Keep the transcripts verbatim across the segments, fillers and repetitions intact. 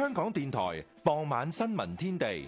香港電台傍晚新聞天地。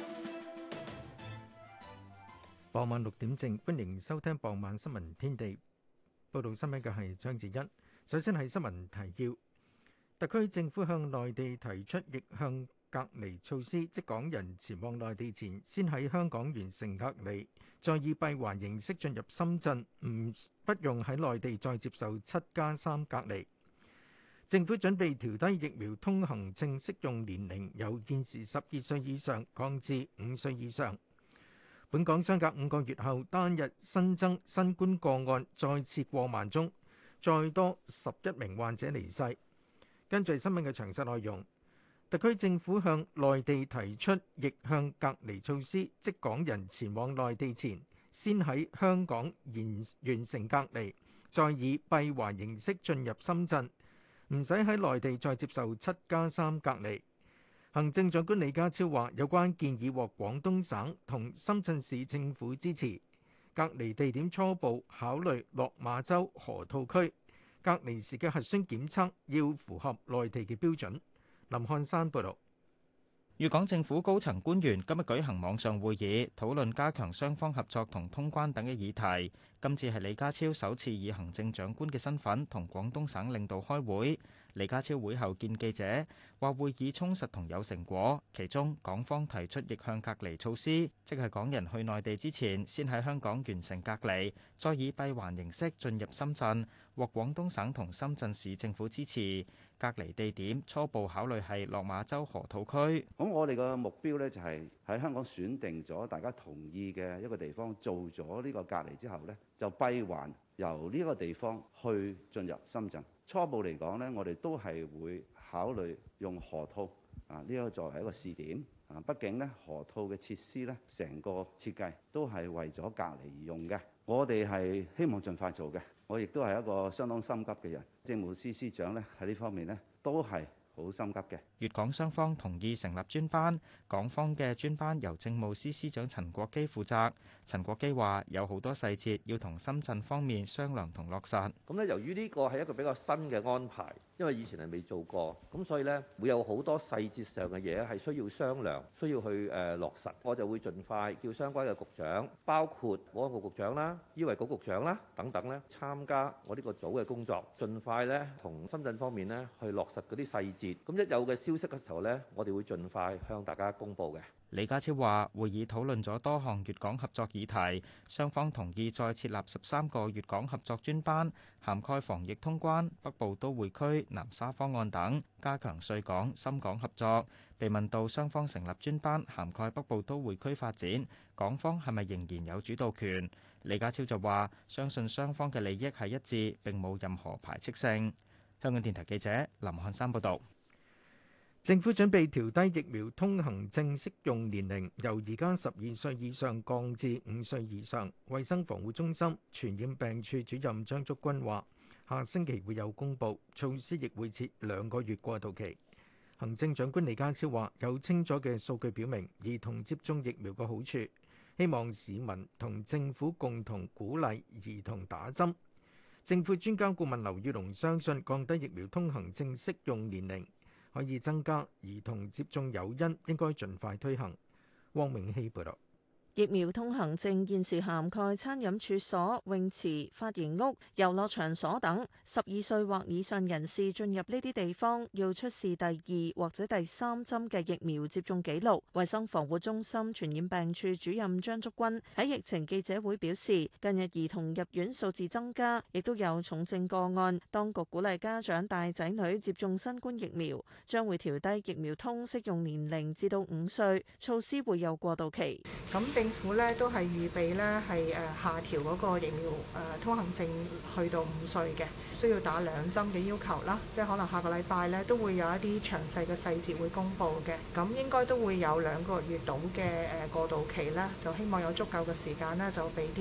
傍晚六點正，歡迎收聽傍晚新聞天地。報道新聞嘅係張子欣。首先係新聞提要。特區政府向內地提出逆向隔離措施，即港人前往內地前，先喺香港完成隔離，再以閉環形式進入深圳，唔不用喺內地再接受七加三隔離。政府準備調低疫苗通行證適用年齡，由現時十二歲以上降至五歲以上。本港相隔五個月後，單日新增新冠個案再次過萬宗，再多十一名患者離世。跟住新聞嘅詳細內容，特區政府向內地提出逆向隔離措施，即港人前往內地前，先喺香港完完成隔離，再以閉環形式進入深圳，唔使喺內地再接受七加三隔離。行政長官李家超話：有關建議獲廣東省同深圳市政府支持，隔離地點初步考慮落馬洲河套區，隔離時嘅核酸檢測要符合內地嘅標準。林漢山報導。 粵港政府高層官員今日舉行網上會議，討論加強雙方合作同通關等嘅議題。今次係李家超首次以行政長官嘅身份同廣東省領導開會。李家超會後見記者話，會議充實同有成果，其中港方提出逆向隔離措施，即係港人去內地之前，先喺香港完成隔離，再以閉環形式進入深圳，獲廣東省同深圳市政府支持。隔離地點初步考慮係落馬洲河套區。 咁我哋嘅目標呢，就係喺香港選定咗大家同意嘅一個地方，做咗呢個隔離之後呢，就閉環由呢個地方去進入深圳。初步嚟講呢，我哋都係會考慮用河套啊呢個作為一個試點啊。畢竟呢，河套嘅設施呢，成個設計都係為咗隔離而用嘅。我哋係希望盡快做嘅。我亦都係一個相當心急嘅人。政務司司長呢，喺呢方面呢，都係好心急嘅。 粵港雙方同意成立專班，港方嘅專班由政務司司長陳國基負責。陳國基話：有好多細節要同深圳方面商量同落實。 咁咧，由於呢個係一個比較新嘅安排，因為以前係未做過，咁所以咧會有好多細節上嘅嘢係需要商量，需要去誒落實。我就會盡快叫相關嘅局長，包括保安局局長啦、醫衞局局長啦等等咧，參加我呢個組嘅工作，盡快咧同深圳方面咧去落實嗰啲細節。咁一有嘅消息嘅時候咧，我哋會盡快向大家公佈嘅。 李家超話：會議討論咗多項粵港合作議題，雙方同意再設立十三個粵港合作專班，涵蓋防疫通關、北部都會區、南沙方案等，加強穗港、深港合作。被問到雙方成立專班涵蓋北部都會區發展，港方係咪仍然有主導權？李家超就話：相信雙方嘅利益係一致，並冇任何排斥性。香港電台記者林漢山報導。 政府準備調低疫苗通行證適用年齡，由而家十二歲以上降至五歲以上。衛生防護中心傳染病處主任張竹君話：下星期會有公佈，措施亦會設兩個月過渡期。行政長官李家超話：有清楚嘅數據表明兒童接種疫苗嘅好處，希望市民同政府共同鼓勵兒童打針。政府專家顧問劉宇龍相信，降低疫苗通行證適用年齡可以增加兒童接種誘因，應該盡快推行。汪明希報導。 疫苗通行證現時涵蓋餐飲處所、泳池、髮型屋、遊樂場所等。十二歲或以上人士進入呢啲地方，要出示第二或者第三針嘅疫苗接種記錄。衛生防護中心傳染病處主任張竹君喺疫情記者會表示，近日兒童入院數字增加，亦都有重症個案。當局鼓勵家長帶仔女接種新冠疫苗，將會調低疫苗通適用年齡至到五歲，措施會有過渡期。 咁政府咧都係預備咧係誒下調嗰個疫苗誒通行證去到五歲嘅，需要打兩針嘅要求啦。即係可能下個禮拜咧都會有一啲詳細嘅細節會公佈嘅。咁應該都會有兩個月到嘅誒過渡期啦，就希望有足夠嘅時間咧，就俾啲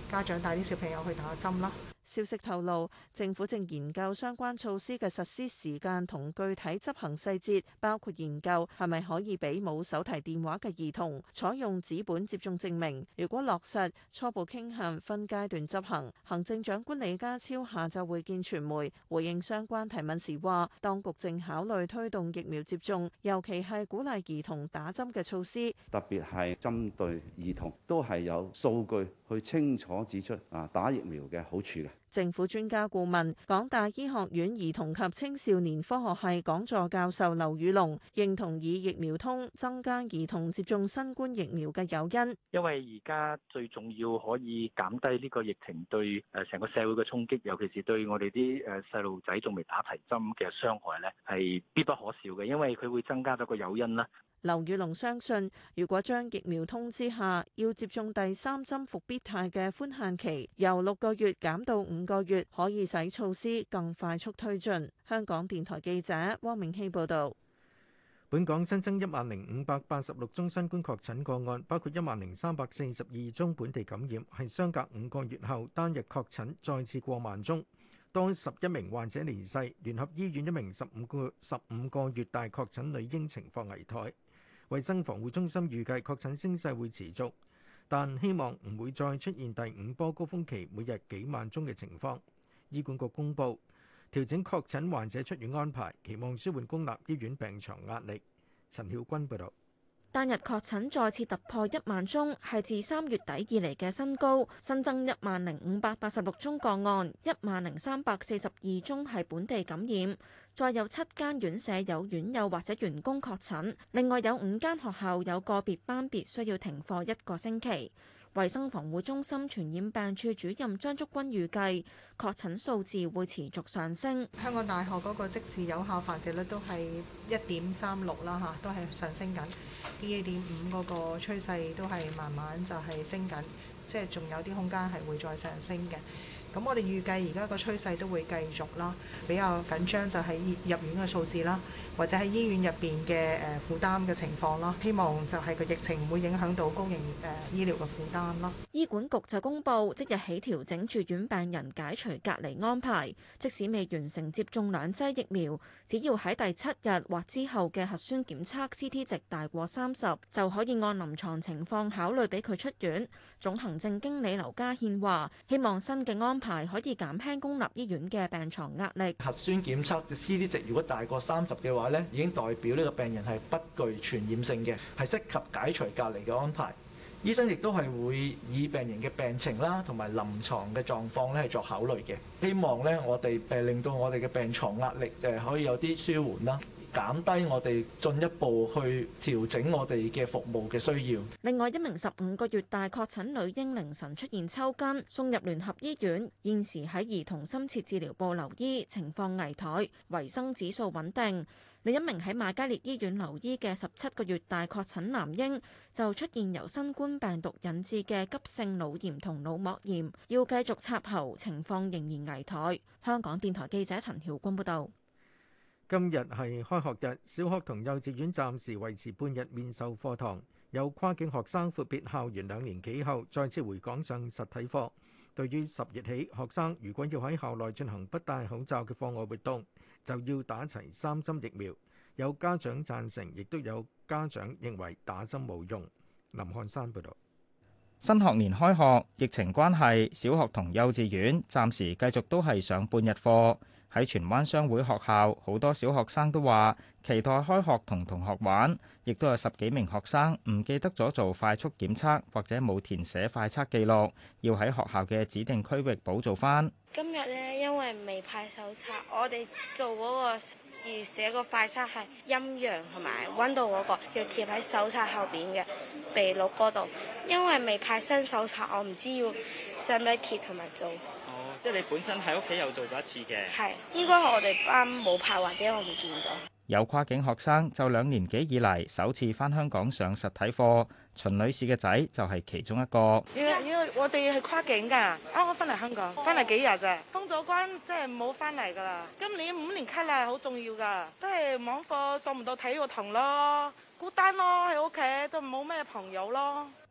家長帶啲小朋友去打針啦。 消息透露，政府正研究相關措施嘅實施時間同具體執行細節，包括研究係咪可以俾冇手提電話嘅兒童採用紙本接種證明。如果落實，初步傾向分階段執行。行政長官李家超下晝會見傳媒，回應相關提問時話，當局正考慮推動疫苗接種，尤其係鼓勵兒童打針嘅措施。 特別係針對兒童，都係有數據去清楚指出啊打疫苗嘅好處嘅。 政府專家顧問、港大醫學院兒童及青少年科學系講座教授劉宇龍認同以疫苗通增加兒童接種新冠疫苗嘅誘因， 因為而家最重要可以減低呢個疫情對誒成個社會嘅衝擊，尤其是對我哋啲誒細路仔仲未打齊針嘅傷害咧，係必不可少嘅，因為佢會增加咗個誘因啦。 劉宇龍相信，如果將疫苗通之下要接種第三針復必泰嘅寬限期由六個月減到五個月，可以使措施更快速推進。香港電台記者汪明希報導。 本港新增一萬零五百八十六宗新冠確診個案，包括一萬零三百四十二宗本地感染，係相隔五個月後單日確診再次過萬宗。多十一名患者離世，聯合醫院一名十五個十五個月大確診女嬰情況危殆。衛生防護中心預計確診升勢會持續，但希望唔會再出現第五波高峰期每日幾萬宗嘅情況。醫管局公布調整確診患者出院安排，期望舒緩公立醫院病床壓力。陳曉君報導。 單日確診再次突破一萬宗，係自三月底以嚟嘅新高，新增一萬零五百八十六宗個案，一萬零三百四十二宗係本地感染。再有七間院舍有院友或者員工確診，另外有五間學校有個別班別需要停課一個星期。衛生防護中心傳染病處主任張竹君預計確診數字會持續上升。 香港大學嗰個即時有效繁殖率都係一點三六啦嚇，都係上升緊。D A 點五嗰個趨勢都係慢慢就係升緊，即係仲有啲空間係會再上升嘅。咁我哋預計而家個趨勢都會繼續啦，比較緊張就係入院嘅數字啦，或者喺醫院入邊嘅誒負擔嘅情況啦。希望就係個疫情唔會影響到公營誒醫療嘅負擔啦。 醫管局就公布即日起調整住院病人解除隔離安排，即使未完成接種兩劑疫苗，只要喺第七日或之後嘅核酸檢測 C T 值大過三十，就可以按臨床情況考慮俾佢出院。總行政經理劉家憲話：希望新嘅安排可以減輕公立醫院嘅病床壓力。 核酸檢測嘅 C T 值如果大過三十嘅話呢，已經代表呢個病人係不具傳染性嘅，係適合解除隔離嘅安排。醫生亦都係會以病人嘅病情啦，同埋臨床嘅狀況咧係作考慮嘅。希望咧我哋誒令到我哋嘅病床壓力誒可以有啲舒緩啦，減低我哋進一步去調整我哋嘅服務嘅需要。 另外一名十五個月大確診女嬰凌晨出現抽筋，送入聯合醫院，現時喺兒童深切治療部留醫，情況危殆，維生指數穩定。另一名喺瑪嘉烈醫院留醫嘅十七個月大確診男嬰就出現由新冠病毒引致嘅急性腦炎同腦膜炎，要繼續插喉，情況仍然危殆。香港電台記者陳曉君報導。 今日係開學日，小學同幼稚園暫時維持半日面授課堂。有跨境學生闊別校園兩年幾後，再次回港上實體課。對於十日起學生如果要喺校內進行不戴口罩嘅課外活動，就要打齊三針疫苗。有家長贊成，亦都有家長認為打針冇用。林漢山報導。 新學年開學，疫情關係，小學同幼稚園暫時繼續都係上半日課。喺荃灣商會學校，好多小學生都話期待開學同同學玩，亦都有十幾名學生唔記得咗做快速檢測，或者冇填寫快測記錄，要喺學校嘅指定區域補做返。 今日呢，因為未派手冊，我哋做嗰個而寫個快測係陰陽同埋溫度嗰個，要貼喺手冊後邊嘅秘錄嗰度。因為未派新手冊，我唔知要使唔使貼同埋做。 即係你本身喺屋企又做咗一次嘅， 係應該我哋班冇派或者我唔見咗。 有跨境學生就兩年幾以嚟首次返香港上實體課，秦女士嘅仔就係其中一個。 因為因為我哋係跨境㗎，啱啱翻嚟香港，翻嚟幾日咋，封咗關即係冇翻嚟㗎啦。今年五年級啦，好重要㗎，都係網課上唔到體育堂咯，孤單咯喺屋企都冇咩朋友咯。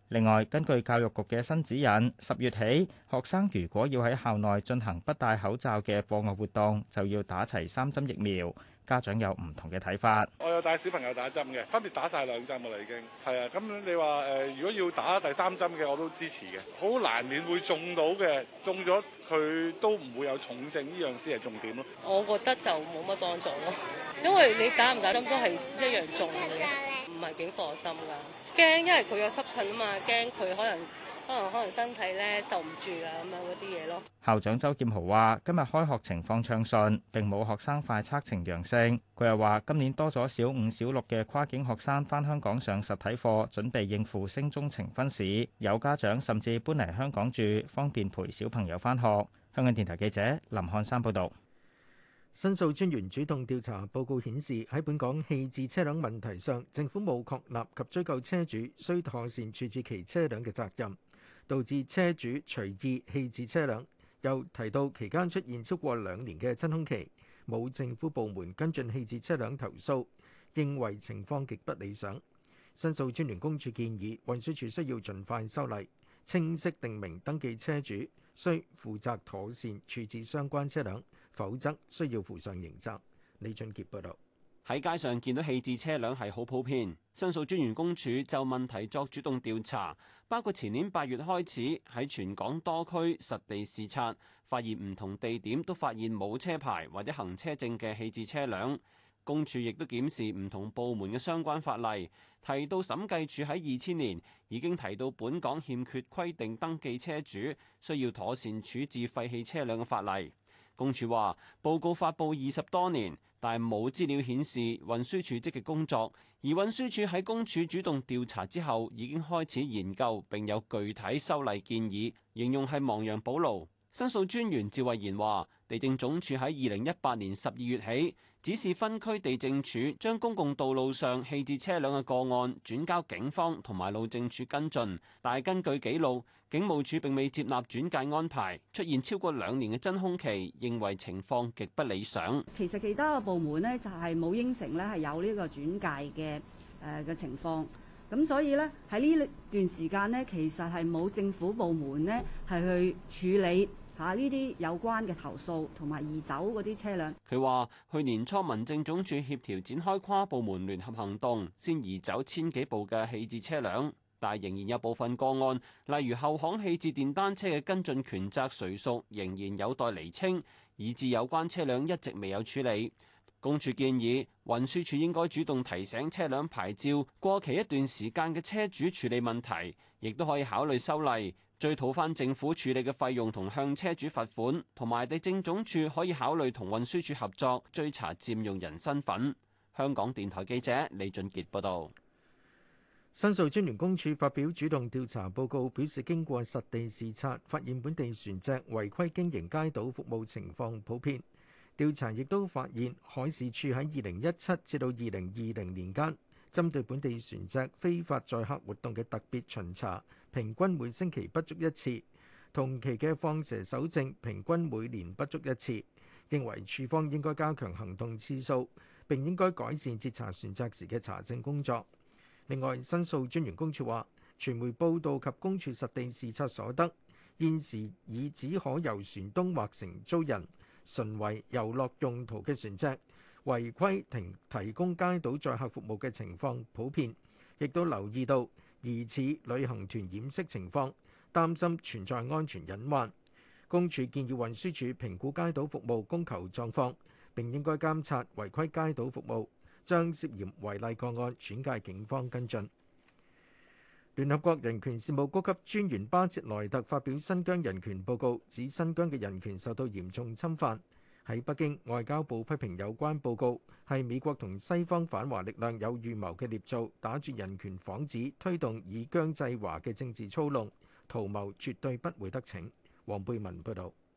另外，根據教育局嘅新指引，十月起，學生如果要喺校內進行不戴口罩嘅課外活動，就要打齊三針疫苗。家長有唔同嘅睇法。 我有帶小朋友打針嘅，分別打晒兩針㗎啦已經。係啊，咁你話誒、呃，如果要打第三針嘅，我都支持嘅。好難免會中到嘅，中咗佢都唔會有重症，呢樣先係重點咯。 我覺得就冇乜幫助咯，因為你打唔打針都係一樣中嘅，唔係幾放心㗎。驚，因為佢有濕疹啊嘛，驚佢可能。可能可能身體咧受唔住啊，咁樣嗰啲嘢咯。 校長周劍豪話：今日開學情況暢順，並冇學生快測呈陽性。佢又話：今年多咗小五、小六嘅跨境學生返香港上實體課，準備應付升中呈分試。有家長甚至搬嚟香港住，方便陪小朋友返學。香港電台記者林漢山報導。 申訴專員主動調查報告顯示，喺本港棄置車輛問題上，政府冇確立及追究車主需妥善處置其車輛嘅責任，導致車主隨意棄置車輛。又提到期間出現超過兩年嘅真空期，冇政府部門跟進棄置車輛投訴，認為情況極不理想。申訴專員公署建議運輸署需要盡快修例，清晰定明登記車主需負責妥善處置相關車輛，否則需要負上刑責。李俊傑報導。 喺街上見到棄置車輛係好普遍，申訴專員公署就問題作主動調查，包括前年八月開始喺全港多區實地視察，發現唔同地點都發現冇車牌或者行車證嘅棄置車輛。公署亦都檢視唔同部門嘅相關法例，提到審計署喺二千年已經提到本港欠缺規定登記車主需要妥善處置廢棄車輛嘅法例。公署話報告發布二十多年，但係冇資料顯示運輸署積極工作，而運輸署喺公署主動調查之後已經開始研究並有具體修例建議，形容係亡羊補牢。申訴專員趙慧賢話，地政總署喺二零一八年十二月起指示分區地政處將公共道路上棄置車輛嘅個案轉交警方同埋路政署跟進，但係根據記錄，警務處並未接納轉介安排，出現超過兩年嘅真空期，認為情況極不理想。 其實其他嘅部門呢，就係冇應承咧係有呢個轉介嘅誒嘅情況，咁所以呢，喺呢段時間呢，其實係冇政府部門呢係去處理嚇呢啲有關嘅投訴同埋移走嗰啲車輛。 佢話：去年初民政總署協調展開跨部門聯合行動，先移走千幾部嘅棄置車輛，但仍然有部分個案，例如後巷棄置電單車嘅跟進權責誰屬，仍然有待釐清，以致有關車輛一直未有處理。公署建議運輸署應該主動提醒車輛牌照過期一段時間嘅車主處理問題，亦都可以考慮修例，追討返政府處理嘅費用同向車主罰款，同埋地政總署可以考慮同運輸署合作追查佔用人身份。香港電台記者李俊傑報導。 申訴專員公署發表主動調查報告，表示經過實地視察，發現本地船隻違規經營街渡服務情況普遍。調查亦都發現，海事處喺二零一七至到二零二零年間，針對本地船隻非法載客活動嘅特別巡查，平均每星期不足一次；同期嘅放蛇搜證，平均每年不足一次。認為處方應該加強行動次數，並應該改善截查船隻時嘅查證工作。另外，申訴專員公署話，傳媒報道及公署實地視察所得，現時已只可由船東或承租人純為遊樂用途嘅船隻違規停提供街渡載客服務嘅情況普遍，亦都留意到疑似旅行團掩飾情況，擔心存在安全隱患。公署建議運輸署評估街渡服務供求狀況，並應該監察違規街渡服務，將涉嫌違例個案轉介警方跟進。聯合國人權事務高級專員巴切萊特發表新疆人權報告，指新疆嘅人權受到嚴重侵犯。喺北京，外交部批評有關報告係美國同西方反華力量有預謀嘅捏造，打住人權幌子，推動以疆制華嘅政治操弄，圖謀絕對不會得逞。黃貝文報導。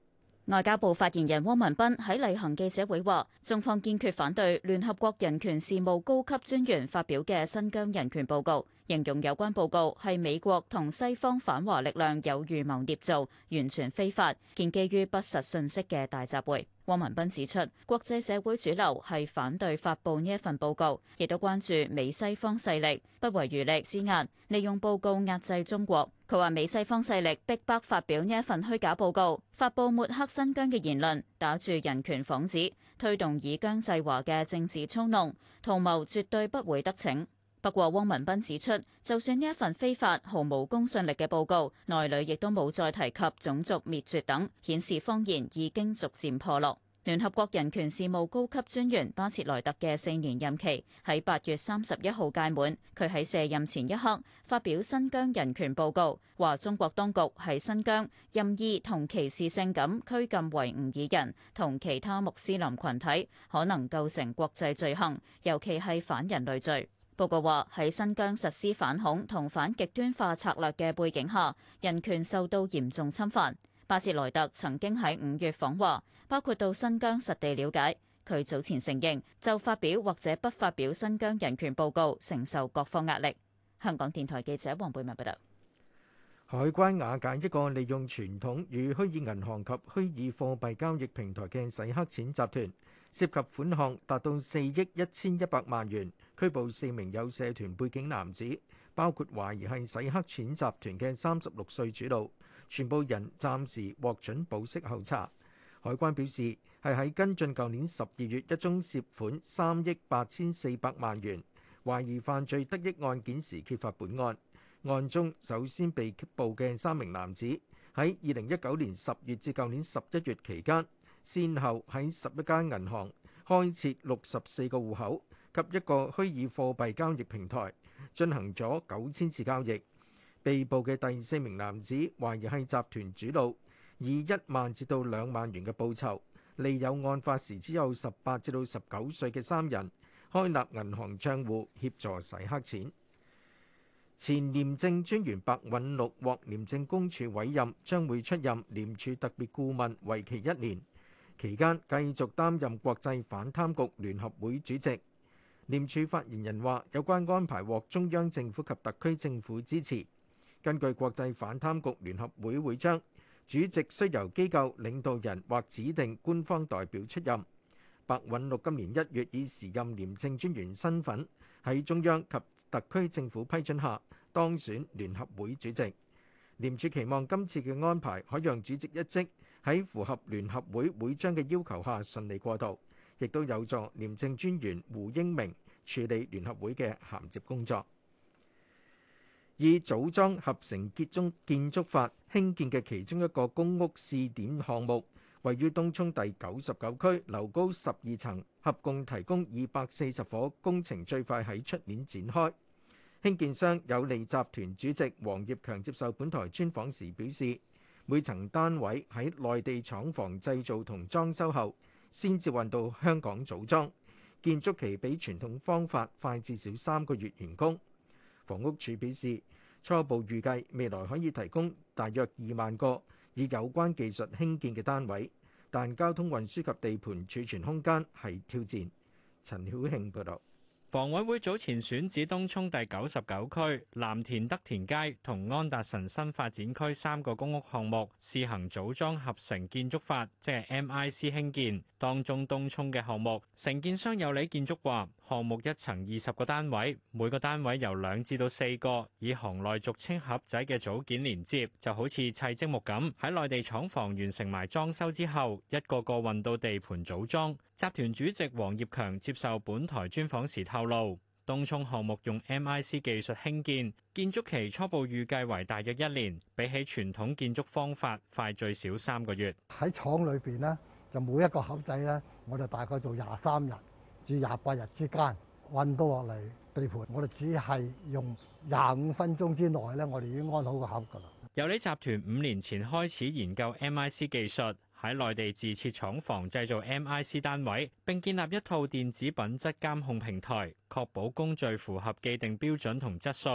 外交部發言人汪文斌喺例行記者會話，中方堅決反對聯合國人權事務高級專員發表嘅新疆人權報告，形容有關報告係美國同西方反華力量有預謀捏造，完全非法，建基於不實信息嘅大集會。汪文斌指出，國際社會主流係反對發布呢一份報告，亦都關注美西方勢力不遺餘力施壓，利用報告壓制中國。佢話美西方勢力逼迫發表呢一份虛假報告，發布抹黑新疆嘅言論，打住人權幌子，推動以疆制華嘅政治操弄，圖謀絕對不會得逞。不過，汪文斌指出，就算呢一份非法、毫無公信力嘅報告，內裏亦都冇再提及種族滅絕等，顯示謊言已經逐漸破落。聯合國人權事務高級專員巴切萊特嘅四年任期喺八月三十一號屆滿，佢喺卸任前一刻發表新疆人權報告，話中國當局喺新疆任意同歧視性咁拘禁維吾爾人同其他穆斯林群體，可能構成國際罪行，尤其係反人類罪。報告話喺新疆實施反恐同反極端化策略嘅背景下，人權受到嚴重侵犯。巴切萊特曾經喺五月訪華，包括到新疆實地了解。佢早前承認就發表或者不發表新疆人權報告，承受各方壓力。香港電台記者黃貝文報道。 海關瓦解一個利用傳統與虛擬銀行及虛擬貨幣交易平台嘅洗黑錢集團，涉及款項達到四億一千一百萬元，拘捕四名有社團背景男子，包括懷疑係洗黑錢集團嘅三十六歲主腦，全部人暫時獲准保釋候查。海關表示係喺跟進舊年十二月一宗涉款三億八千四百萬元懷疑犯罪得益案件時揭發本案。案中首先被拘捕嘅三名男子喺二零一九年十月至舊年十一月期間，先後喺十一間銀行開設六十四個戶口及一個虛擬貨幣交易平台，進行咗九千次交易。被捕嘅第四名男子懷疑係集團主腦，以一萬至到兩萬元嘅報酬，利誘案發時只有十八至到十九歲嘅三人開立銀行帳戶協助洗黑錢。前廉政專員白韞六獲廉政公署委任，將會出任廉署特別顧問，為期一年，期間繼續擔任國際反貪局聯合會主席。廉署發言人話：有關安排獲中央政府及特區政府支持。根據國際反貪局聯合會會章，主席須由機構領導人或指定官方代表出任。白韞六今年一月以時任廉政專員身份喺中央及特區政府批准下當選聯合會主席。廉署期望今次嘅安排可讓主席一職喺符合聯合會會章嘅要求下順利過渡，亦都有助廉政專員胡英明處理聯合會嘅銜接工作。以組裝合成建築建築法興建嘅其中一個公屋試點項目，位於東涌第九十九區，樓高十二層，合共提供二百四十伙，工程最快喺出年展開。興建商有利集團主席黃業強接受本台專訪時表示，每層單位喺內地廠房製造同裝修後，先至運到香港組裝，建築期比傳統方法快至少三個月完工。房屋署表示，初步預計未來可以提供大約二萬個以有關技術興建嘅單位，但交通運輸及地盤儲存空間係挑戰。陳曉慶報導。 房委會早前選址東涌第九十九區、藍田德田街同安達臣新發展區三個公屋項目試行組裝合成建築法，即係 M I C 興建。當中東涌嘅項目，承建商有利建築話，項目一層二十個單位，每個單位由兩至到四個以行內俗稱盒仔嘅組件連接，就好似砌積木咁。喺內地廠房完成埋裝修之後，一個個運到地盤組裝。集團主席黃業強接受本台專訪時透露，東涌項目用 M I C 技術興建，建築期初步預計為大約一年，比起傳統建築方法快最少三個月。 喺廠裏邊呢，就每一個盒仔呢，我哋大概做廿三日至廿八日之間運到落嚟地盤，我哋只係用廿五分鐘之內呢，我哋已經安好個盒㗎啦。 有利集團五年前開始研究 M I C 技術。喺內地自設廠房製造 M I C 單位，並建立一套電子品質監控平台，確保工序符合既定標準同質素。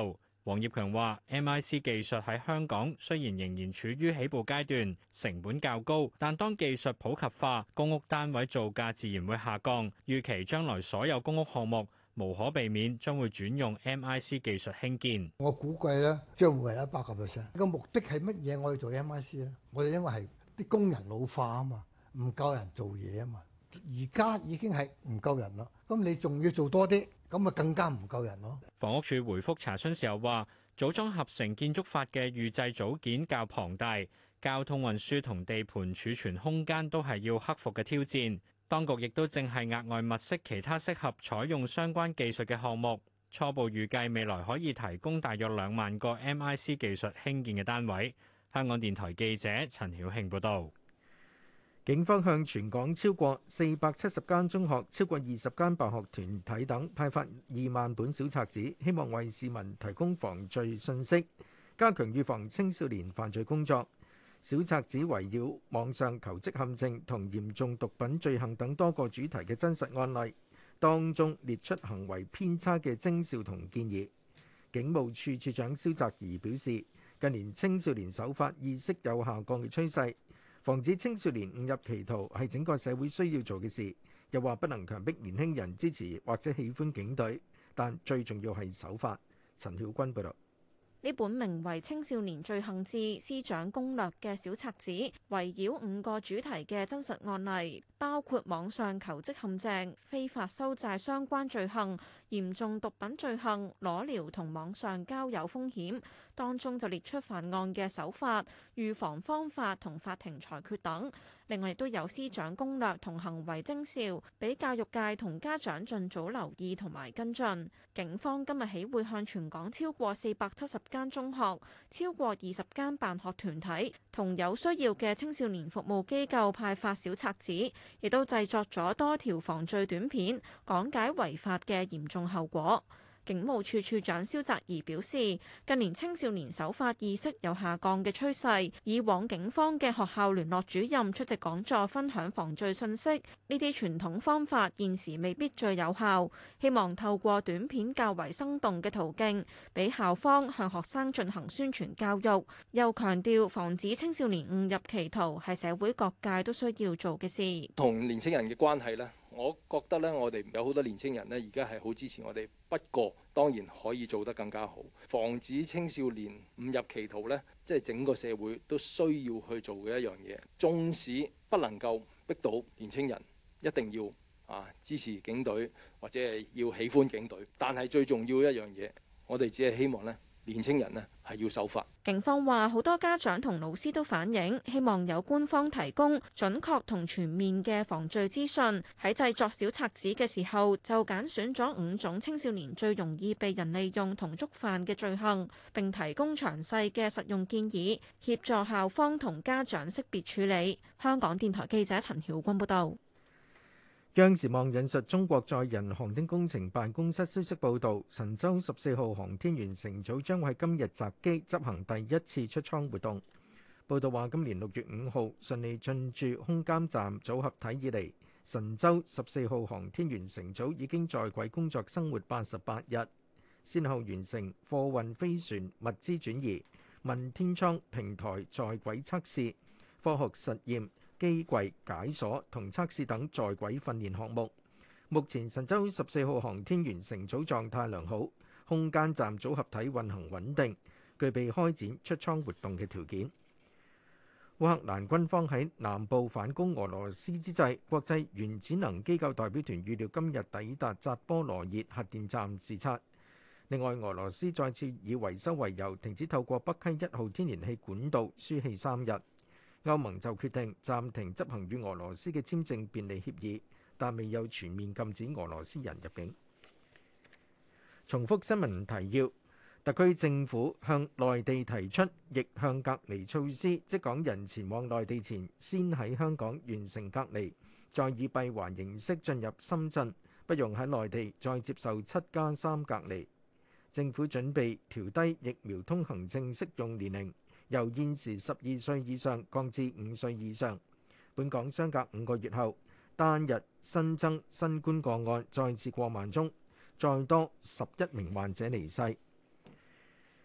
黃業強話 M I C 技術喺香港雖然仍然處於起步階段，成本較高，但當技術普及化，公屋單位造價自然會下降。預期將來所有公屋項目無可避免將會轉用 M I C 技術興建。 我估計咧將會係一百個 percent。個目的係乜嘢？我要做 M I C 咧，我哋因為係啲工人老化啊嘛，唔夠人做嘢啊嘛。而家已經係唔夠人啦，咁你仲要做多啲，咁咪更加唔夠人咯。 房屋署回覆查詢時候話，組裝合成建築法嘅預製組件較龐大，交通運輸同地盤儲存空間都係要克服嘅挑戰。當局亦都正係額外物色其他適合採用相關技術嘅項目，初步預計未來可以提供大約兩萬個 M I C 技術興建嘅單位。香港電台記者陳曉慶報導。 警方向全港超過四百七十間中學、超過二十間辦學團體等派發二萬本小冊子，希望為市民提供防罪信息，加強預防青少年犯罪工作。小冊子圍繞網上求職陷阱同嚴重毒品罪行等多個主題嘅真實案例，當中列出行為偏差嘅徵兆同建議。警務處處長蕭澤頤表示，近年青少年守法意識有下降嘅趨勢。防止青少年誤入歧途係整個社會需要做嘅事，又話不能強迫年輕人支持或者喜歡警隊，但最重要係守法。陳曉君報導。 呢本名為《青少年罪行治師長攻略》嘅小冊子，圍繞五個主題嘅真實案例，包括網上求職陷阱、非法收債相關罪行、嚴重毒品罪行、裸聊同網上交友風險。當中就列出犯案嘅手法、預防方法同法庭裁決等。另外亦都有師長攻略同行為徵兆，俾教育界同家長盡早留意同埋跟進。警方今日起會向全港超過四百七十間中學、超過二十間辦學團體同有需要嘅青少年服務機構派發小冊子，亦都製作咗多條防罪短片，講解違法嘅嚴重後果。警務處處長蕭澤頤表示，近年青少年守法意識有下降嘅趨勢，以往警方嘅學校聯絡主任出席講座分享防罪信息，呢啲傳統方法現時未必最有效，希望透過短片較為生動嘅途徑，俾校方向學生進行宣傳教育。又強調防止青少年誤入歧途係社會各界都需要做嘅事。 同年青人嘅關係呢，我覺得咧，我哋有好多年青人呢，而家係好支持我哋。不過當然可以做得更加好，防止青少年誤入歧途呢，即係整個社會都需要去做嘅一樣嘢。縱使不能夠逼到年青人一定要啊支持警隊或者係要喜歡警隊，但係最重要一樣嘢，我哋只係希望呢，年青人呢係要守法。 警方話好多家長同老師都反映，希望有官方提供準確同全面嘅防罪資訊。喺製作小冊子嘅時候，就揀選咗五種青少年最容易被人利用同觸犯嘅罪行，並提供詳細嘅實用建議，協助校方同家長識別處理。香港電台記者陳曉君報導。 央視網引述中國載人航天工程辦公室消息報導，神舟十四號航天員乘組將會喺今日擇機執行第一次出艙活動。報導話，今年六月五號順利進駐空間站組合體以嚟，神舟十四號航天員乘組已經在軌工作生活八十八日，先後完成貨運飛船物資轉移、問天艙平台在軌測試、科學實驗、機櫃解鎖同測試等在軌訓練項目。目前神舟十四號航天員乘組狀態良好，空間站組合體運行穩定，具備開展出艙活動嘅條件。烏克蘭軍方喺南部反攻俄羅斯之際，國際原子能機構代表團預料今日抵達扎波羅熱核電站視察。另外，俄羅斯再次以維修為由，停止透過北溪一號天然氣管道輸氣三日。歐盟就決定暫停執行與俄羅斯嘅簽證便利協議，但未有全面禁止俄羅斯人入境。重複新聞提要：特區政府向內地提出逆向隔離措施，即港人前往內地前，先喺香港完成隔離，再以閉環形式進入深圳，不用喺內地再接受七加三隔離。政府準備調低疫苗通行證適用年齡，由現時十二歲以上降至五歲以上。本港相隔五個月後，單日新增新冠個案再次過萬宗，再多十一名患者離世。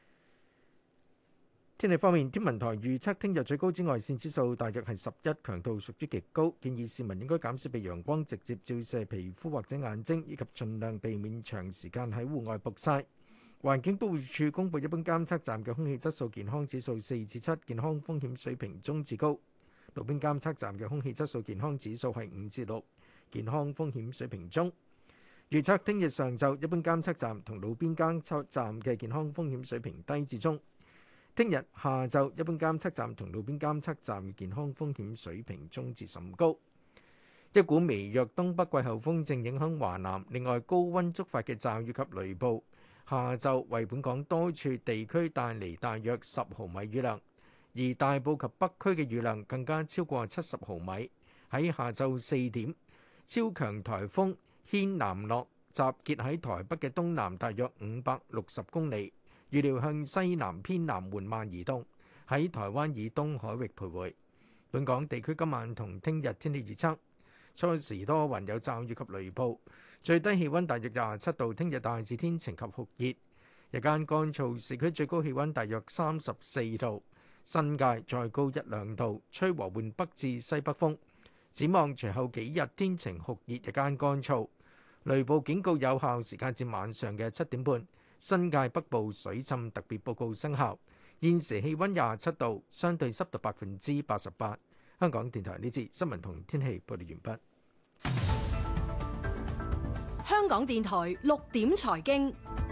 天氣方面，天文台預測聽日最高紫外線指數大約係十一，強度屬於極高，建議市民應該減少被陽光直接照射皮膚或者眼睛，以及盡量避免長時間喺戶外曝曬。環境保護署公布一般監測站嘅空氣質素健康指數四至七，健康風險水平中至高；路邊監測站嘅空氣質素健康指數係五至六，健康風險水平中。預測聽日上晝一般監測站同路邊監測站嘅健康風險水平低至中。聽日下晝一般監測站同路邊監測站嘅健康風險水平中至甚高。一股微弱東北季候風正影響華南，另外高溫觸發嘅驟雨及雷暴，下晝為本港多處地區帶嚟大約十毫米雨量，而大埔及北區嘅雨量更加超過七十毫米。喺下晝四點，超強颱風軒嵐諾集結喺台北嘅東南大約五百六十公里。預料向西南偏南緩慢移動，喺台灣以東海域徘徊。本港地區今晚同聽日天氣預測：初時多雲有驟雨及雷暴，最低氣温大約廿七度。聽日大致天晴及酷熱，日間乾燥，市區最高氣温大約三十四度，新界再高一兩度，吹和緩北至西北風。展望隨後幾日天晴酷熱，日間乾燥，雷暴警告有效時間至晚上嘅七點半。新界北部水浸特別報告生效。現時氣温廿七度，相對濕度百分之八十八。香港電台呢節新聞同天氣報道完畢。 香港電台六點財經，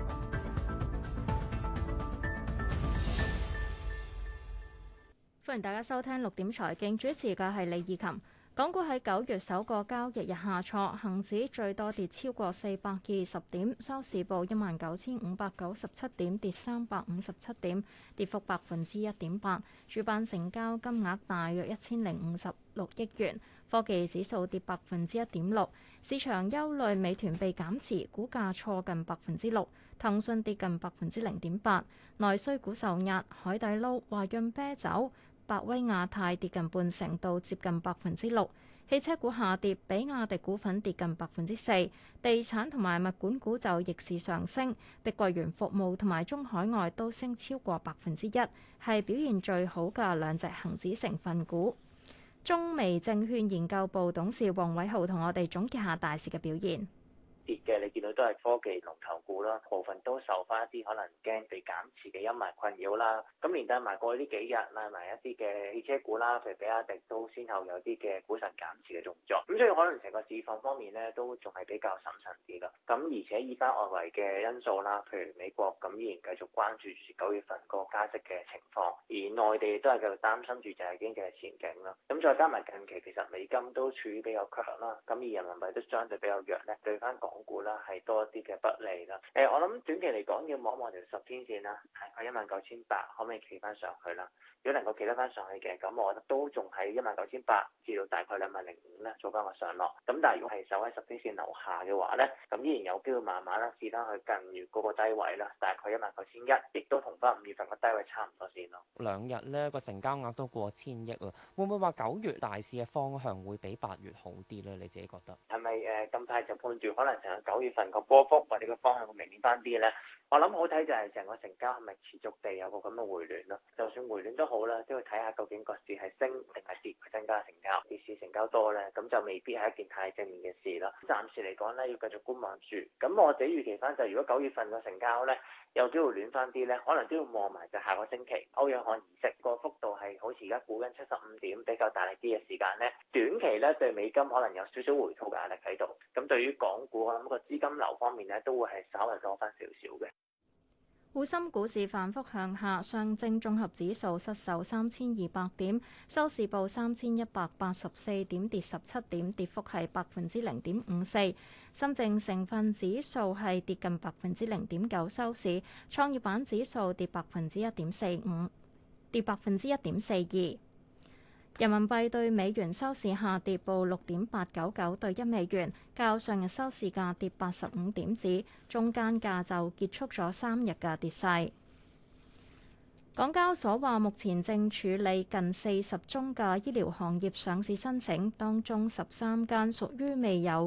歡迎大家收聽六點財經，主持嘅係李義琴。港股喺九月首個交易日下挫，恒指最多跌超過四百二十點，收市報一萬九千五百九十七點，跌三百五十七點，跌幅百分之一點八。主板成交金額大約一千零五十六億元。科技指數跌百分之一點六，市場憂慮美團被減持，股價挫近百分之六。騰訊跌近百分之零點八，內需股受壓，海底撈、華潤啤酒、百威亞太跌近半成到接近百分之六，汽車股下跌，比亞迪股份跌近百分之四，地產同埋物管股就逆市上升，碧桂園服務同埋中海外都升超過百分之一，係表現最好嘅兩隻恒指成分股。中微證券研究部董事黃偉豪同我哋總結下大市嘅表現。 跌嘅，你見到都係科技龍頭股啦，部分都受翻一啲可能驚被減持嘅陰霾困擾啦。咁連帶埋過去呢幾日，拉埋一啲嘅汽車股啦，譬如比亞迪都先後有啲嘅股神減持嘅動作。咁所以可能成個市況方面咧，都仲係比較審慎啲啦。咁而且以翻外圍嘅因素啦，譬如美國咁依然繼續關注住九月份個加息嘅情況，而內地都係繼續擔心住就係經濟嘅前景啦。咁再加埋近期其實美金都處於比較強啦，咁而人民幣都相對比較弱咧，對翻港股啦係多一啲嘅不利啦。誒、呃，我諗短期嚟講要望望條十天線啦，大概一萬九千八，可唔可以企翻上去啦？如果能夠企得翻上去嘅，咁我覺得都仲喺一萬九千八至到大概兩萬零五咧做翻個上落。咁但係如果係守喺十天線樓下嘅話咧，咁依然有機會慢慢啦試翻去近月嗰個低位啦，大概一萬九千一，亦都同翻五月份個低位差唔多先咯。 兩日咧個成交額都過千億啊，會唔會話九月大市嘅方向會比八月好啲咧？你自己覺得係咪誒咁快就判斷可能成個九月份個波幅或者個方向會明顯翻啲咧？我諗好睇就係成個成交係咪持續地有個咁嘅回暖咯。就算回暖都好啦，都要睇下究竟個市係升定係跌去增加成交。跌市成交多咧，咁就未必係一件太正面嘅事啦。暫時嚟講咧，要繼續觀望住。咁我自己預期翻就係如果九月份個成交咧有機會暖翻啲咧，可能都要望埋就下個星期歐央行議息個幅度係好似而家估緊七十五點比較大力啲嘅時間咧，短期咧對美金可能有少少回吐嘅壓力喺度。咁對於港股，我諗個資金流方面咧都會係稍微多翻少少嘅。 滬深股市反覆向下，上證綜合指數失守三千二百點，收市報三千一百八十四點，跌十七點，跌幅係百分之零點五四。深證成分指數係跌近百分之零點九收市，創業板指數跌百分之一點四五，跌百分之一點四二。人民幣對美元收市下跌，報六點八九九對一美元，較上日收市價跌八十五點子，中間價就結束咗三日嘅跌勢。港交所話，目前正處理近四十宗嘅醫療行業上市申請，當中十三間屬於未有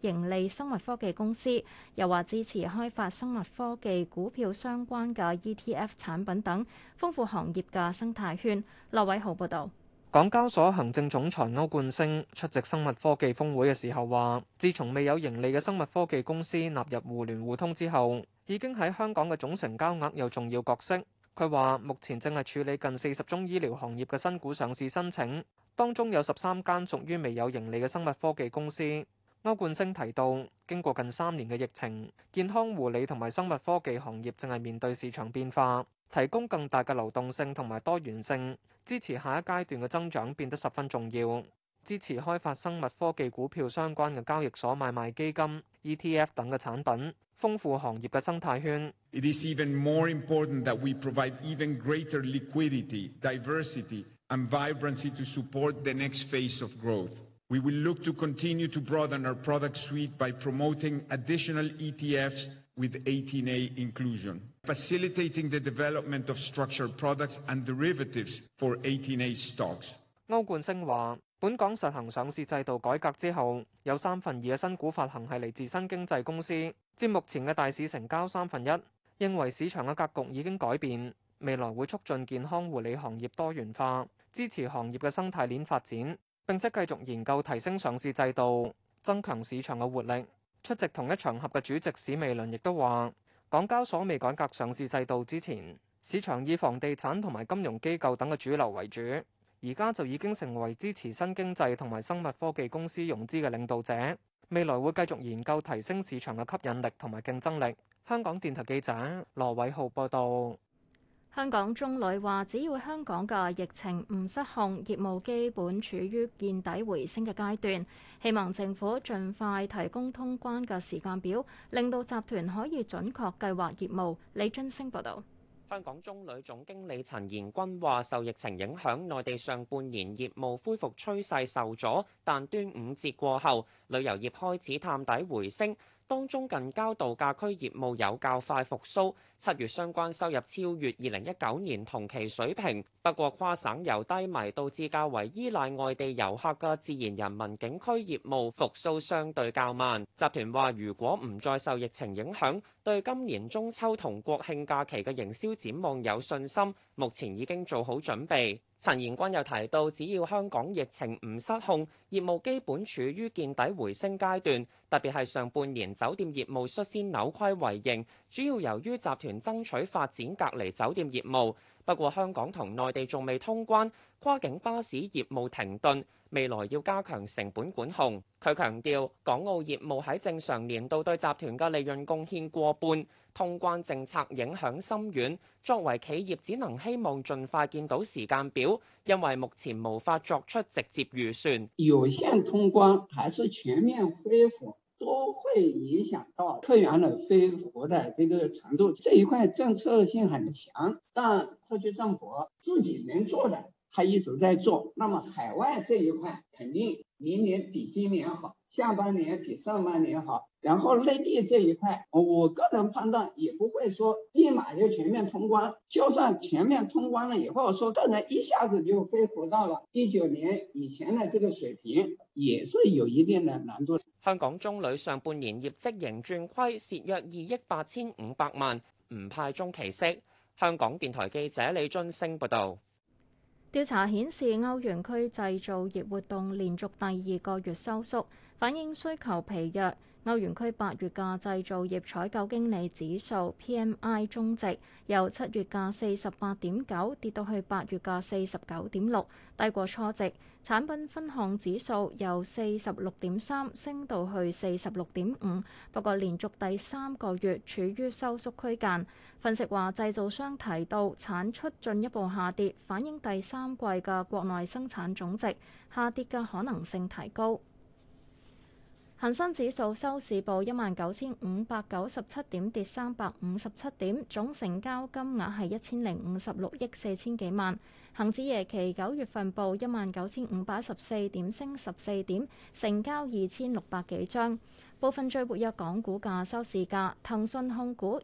盈利生物科技公司，又話支持開發生物科技股票相關嘅 E T F 產品等，豐富行業嘅生態圈。羅偉豪報導。 港交所行政總裁歐冠昇出席生物科技峰會嘅時候話，自從未有盈利嘅生物科技公司納入互聯互通之後，已經喺香港嘅總成交額有重要角色。佢話目前正係處理近四十宗醫療行業嘅新股上市申請，當中有十三間屬於未有盈利嘅生物科技公司。歐冠昇提到，經過近三年嘅疫情，健康護理同埋生物科技行業正係面對市場變化，提供更大嘅流動性同埋多元性，支持下一階段嘅增長變得十分重要。支持開發生物科技股票相關嘅交易所買賣基金、E T F 等嘅產品，豐富行業嘅生態圈。 It is even more important that we provide even greater liquidity, diversity, and vibrancy to support the next phase of growth. We will look to continue to broaden our product suite by promoting additional E T Fs with eighteen A inclusion, facilitating the development of structured products and derivatives for eighteen A stocks. 歐冠昇話，本港實行上市制度改革之後，有三分二嘅新股發行係嚟自新經濟公司，佔目前嘅大市成交三分一。認為市場嘅格局已經改變，未來會促進健康護理行業多元化，支持行業嘅生態鏈發展，並且繼續研究提升上市制度，增強市場嘅活力。出席同一場合嘅主席史美倫亦都話，港交所未改革上市制度之前，市場以房地產同埋金融機構等嘅主流為主，而家就已經成為支持新經濟同埋生物科技公司融資嘅領導者。未來會繼續研究提升市場嘅吸引力同埋競爭力。香港電台記者羅偉浩報道。 香港中旅話，只要香港嘅疫情唔失控，業務基本處於見底回升嘅階段，希望政府盡快提供通關嘅時間表，令到集團可以準確計劃業務。李津升報導。 香港中旅總經理陳延君話，受疫情影響，內地上半年業務恢復趨勢受阻，但端午節過後，旅遊業開始探底回升。當中近郊度假區業務有較快復甦，七月相關收入超越二零一九年同期水平。不過跨省遊低迷導致較為依賴外地遊客嘅自然人民景區業務復甦相對較慢。集團話如果唔再受疫情影響，對今年中秋同國慶假期嘅營銷展望有信心，目前已經做好準備。陳延君又提到，只要香港疫情唔失控，業務基本處於見底回升階段，特別係上半年酒店業務率先扭虧為盈，主要由於集團爭取發展隔離酒店業務。不過香港同內地仲未通關，跨境巴士業務停頓，未來要加強成本管控。佢強調，港澳業務喺正常年度對集團嘅利潤貢獻過半。通關政策影響深遠，作為企業只能希望盡快見到時間表，因為目前無法作出直接預算。 有限通關還是全面恢復，都會影響到客源的恢復的這個程度。這一塊政策性很強，但特區政府自己能做的，他一直在做。那麼海外這一塊肯定明年比今年好，下半年比上半年好。然後內地這一塊，我個人判斷也不會說立馬就全面通關，就算全面通關了以後，說個人一下子就恢復到了一九年以前的這個水平，也是有一定的難度。 香港中旅上半年業績盈轉虧，蝕約二億八千五百萬，唔派中期息。香港電台記者李津升報導。 調查顯示，歐元區製造業活動連續第二個月收縮，反映需求疲弱。歐元區八月嘅製造業採購經理指數 P M I 終值由七月嘅四十八點九跌到去八月嘅四十九點六，低過初值。產品分項指數由四十六點三升到去四十六點五，不過連續第三個月處於收縮區間。分析話，製造商提到產出進一步下跌，反映第三季嘅國內生產總值下跌嘅可能性提高。恒生指數收市報一萬九千五百九十七點，跌三百五十七點，總成交金額係一千零五十六億四千幾萬。恒指夜期九月份報一萬九千五百一十四點，升十四點，成交二千六百幾張。部分最活躍港股價收市價，騰訊控股二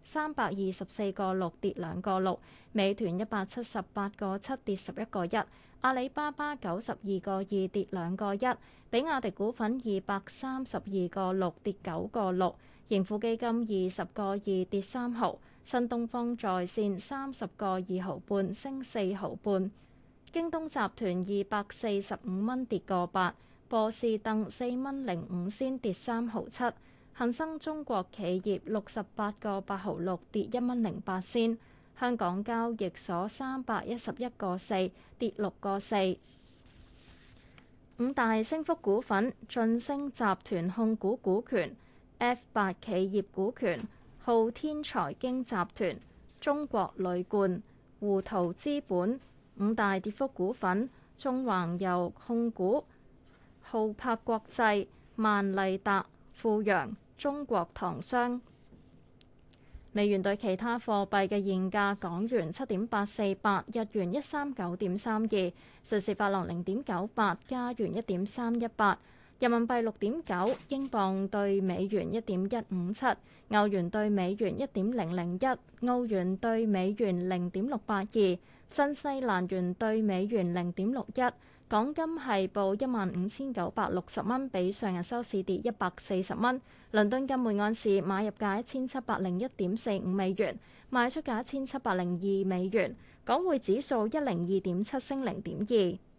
三百二十四個六跌兩個六，美團一百七十八個七跌十一個一，阿里巴巴九十二個二跌兩個一，比亞迪股份二百三十二個六跌九個六，盈富基金二十個二跌三毫，新東方在線三十個二毫半升四毫半，京東集團二百四十五蚊跌個八，波士頓四蚊零五仙跌三毫七，恒生中國企業六十八個八毫六跌一蚊零八仙，香港交易所三百一十一個四跌六個四。五大升幅股份：晉升集團控股股權、F 八企業股權、浩天財經集團、中國鋁罐、胡桃資本。五大跌幅股份：中環油控股、浩柏國際、萬麗達、富陽、中國糖商。美元對其他貨幣嘅現價：港元七點八四八，日元一三九點三二，瑞士法郎零點九八，加元一點三一八，人民幣六點九，英鎊對美元一點一五七，歐元對美元一點零零一，澳元對美元零點六八二，新西蘭元對美元零點六一。港金係報一萬五千九百六十蚊，比上日收市跌一百四十蚊。倫敦金每安士買入價一千七百零一點四五美元，賣出價一千七百零二美元。港匯指數一零二點七升零點二。